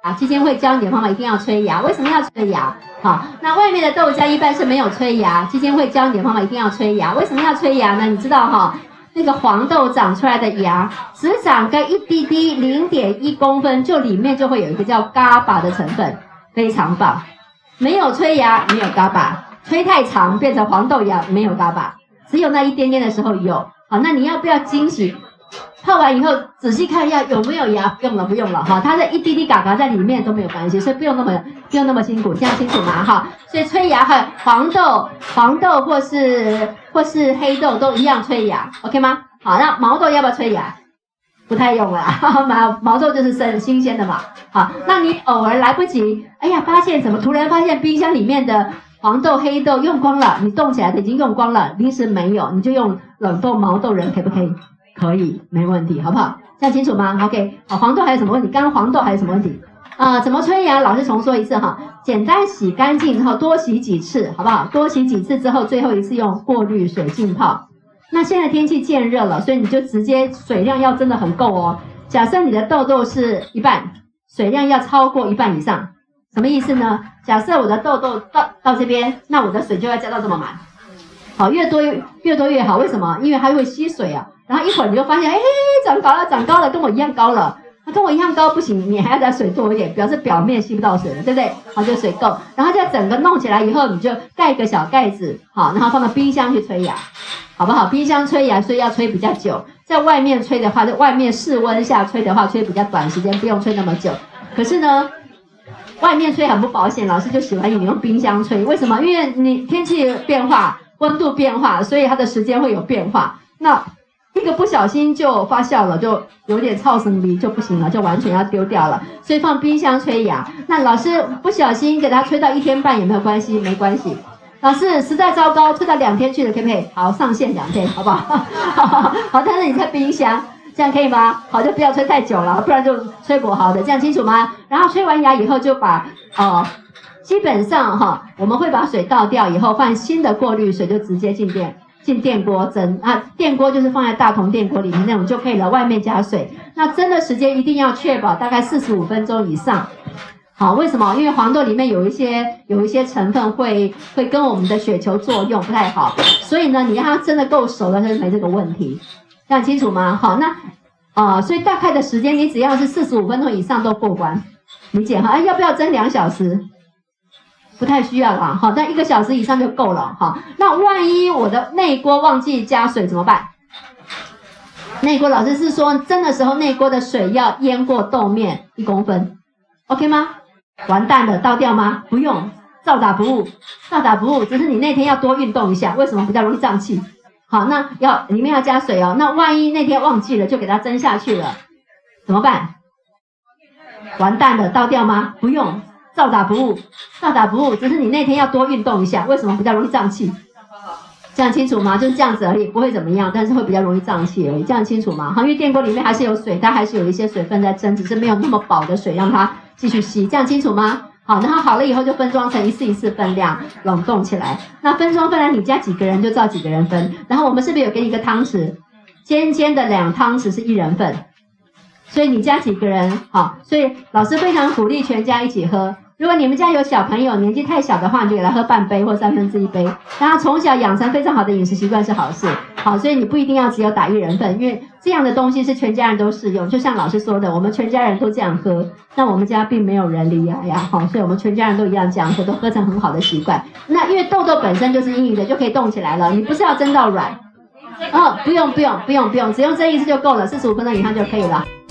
基金会教你的方法一定要催芽。为什么要催芽？好，那外面的豆浆一般是没有催芽，基金会教你的方法一定要催芽。为什么要催芽呢？你知道哈，那个黄豆长出来的芽只长个一滴滴0.1公分，就里面就会有一个叫伽巴的成分，非常棒。没有催芽，没有伽巴，催太长变成黄豆芽，没有伽巴，只有那一点点的时候有。好，那你要不要惊喜？泡完以后仔细看一下有没有芽，不用了不用了哈，它的一滴滴嘎嘎在里面都没有关系，所以不用那么辛苦，这样清楚吗？哈，所以催芽和黄豆或是黑豆都一样催芽 ，OK 吗？好，那毛豆要不要催芽？不太用了，毛豆就是新鲜的嘛。好，那你偶尔来不及，哎呀，突然发现冰箱里面的黄豆、黑豆用光了，你冻起来的已经用光了，临时没有，你就用冷冻毛豆仁，可不可以？可以，没问题，好不好？这样清楚吗 ？OK， 好，黄豆还有什么问题？刚刚黄豆还有什么问题？怎么催芽？老师重说一次哈，简单洗干净之后多洗几次，好不好？多洗几次之后，最后一次用过滤水浸泡。那现在天气渐热了，所以你就直接水量要真的很够哦。假设你的豆豆是一半，水量要超过一半以上，什么意思呢？假设我的豆豆到这边，那我的水就要加到这么满。好，越多越好，为什么？因为它会吸水啊。然后一会儿你就发现，长高了，跟我一样高了。那跟我一样高不行，你还要再水多一点，表示表面吸不到水了，对不对？好，就水够。然后再整个弄起来以后，你就盖个小盖子，好，然后放到冰箱去催芽，好不好？冰箱催芽，所以要催比较久。在外面吹的话，在外面室温下吹的话，吹比较短时间，不用吹那么久。可是呢，外面吹很不保险，老师就喜欢你用冰箱吹。为什么？因为你天气变化，温度变化，所以它的时间会有变化。那一个不小心就发酵了，就有点超生梨就不行了，就完全要丢掉了。所以放冰箱催芽。那老师不小心给它吹到1天半有没有关系？没关系。老师实在糟糕，吹到2天去了，可不可以？好，上限2天，好不好？好，但是你在冰箱，这样可以吗？好，就不要吹太久了，不然就吹不好的，这样清楚吗？然后吹完芽以后就把基本上我们会把水倒掉以后换新的过滤水，就直接进电锅蒸啊，电锅就是放在大同电锅里面那种就可以了，外面加水。那蒸的时间一定要确保大概45分钟以上。好，为什么？因为黄豆里面有一些成分会跟我们的血球作用，不太好。所以呢，你让它蒸的够熟了，就没这个问题。这样清楚吗？好，那所以大概的时间你只要是45分钟以上都过关。理解哈？要不要蒸2小时？不太需要啦，但1个小时以上就够了哈。那万一我的内锅忘记加水怎么办？内锅老师是说蒸的时候内锅的水要淹过豆面1公分 ，OK 吗？完蛋了，倒掉吗？不用，照打不误，只是你那天要多运动一下，为什么？比较容易胀气。好，那里面要加水哦。那万一那天忘记了就给它蒸下去了，怎么办？完蛋了，倒掉吗？不用。照打不误，只是你那天要多运动一下，为什么？比较容易胀气。这样清楚吗？就是这样子而已，不会怎么样，但是会比较容易胀气而已。这样清楚吗？因为电锅里面还是有水，它还是有一些水分在蒸，只是没有那么饱的水让它继续吸。这样清楚吗？好，然后好了以后就分装成一次分量，冷冻起来。那分装分量你加几个人就照几个人分。然后我们是不是有给你一个汤匙？尖尖的2汤匙是1人份，所以你加几个人？好，所以老师非常鼓励全家一起喝。如果你们家有小朋友年纪太小的话，你就给他喝半杯或1/3杯，让他从小养成非常好的饮食习惯是好事。好，所以你不一定要只有打1人份，因为这样的东西是全家人都适用。就像老师说的，我们全家人都这样喝，那我们家并没有人离牙呀，所以我们全家人都一样这样喝，都喝成很好的习惯。那因为豆豆本身就是硬硬的，就可以动起来了，你不是要蒸到软。不用，只用蒸1次就够了，45分钟以上就可以了。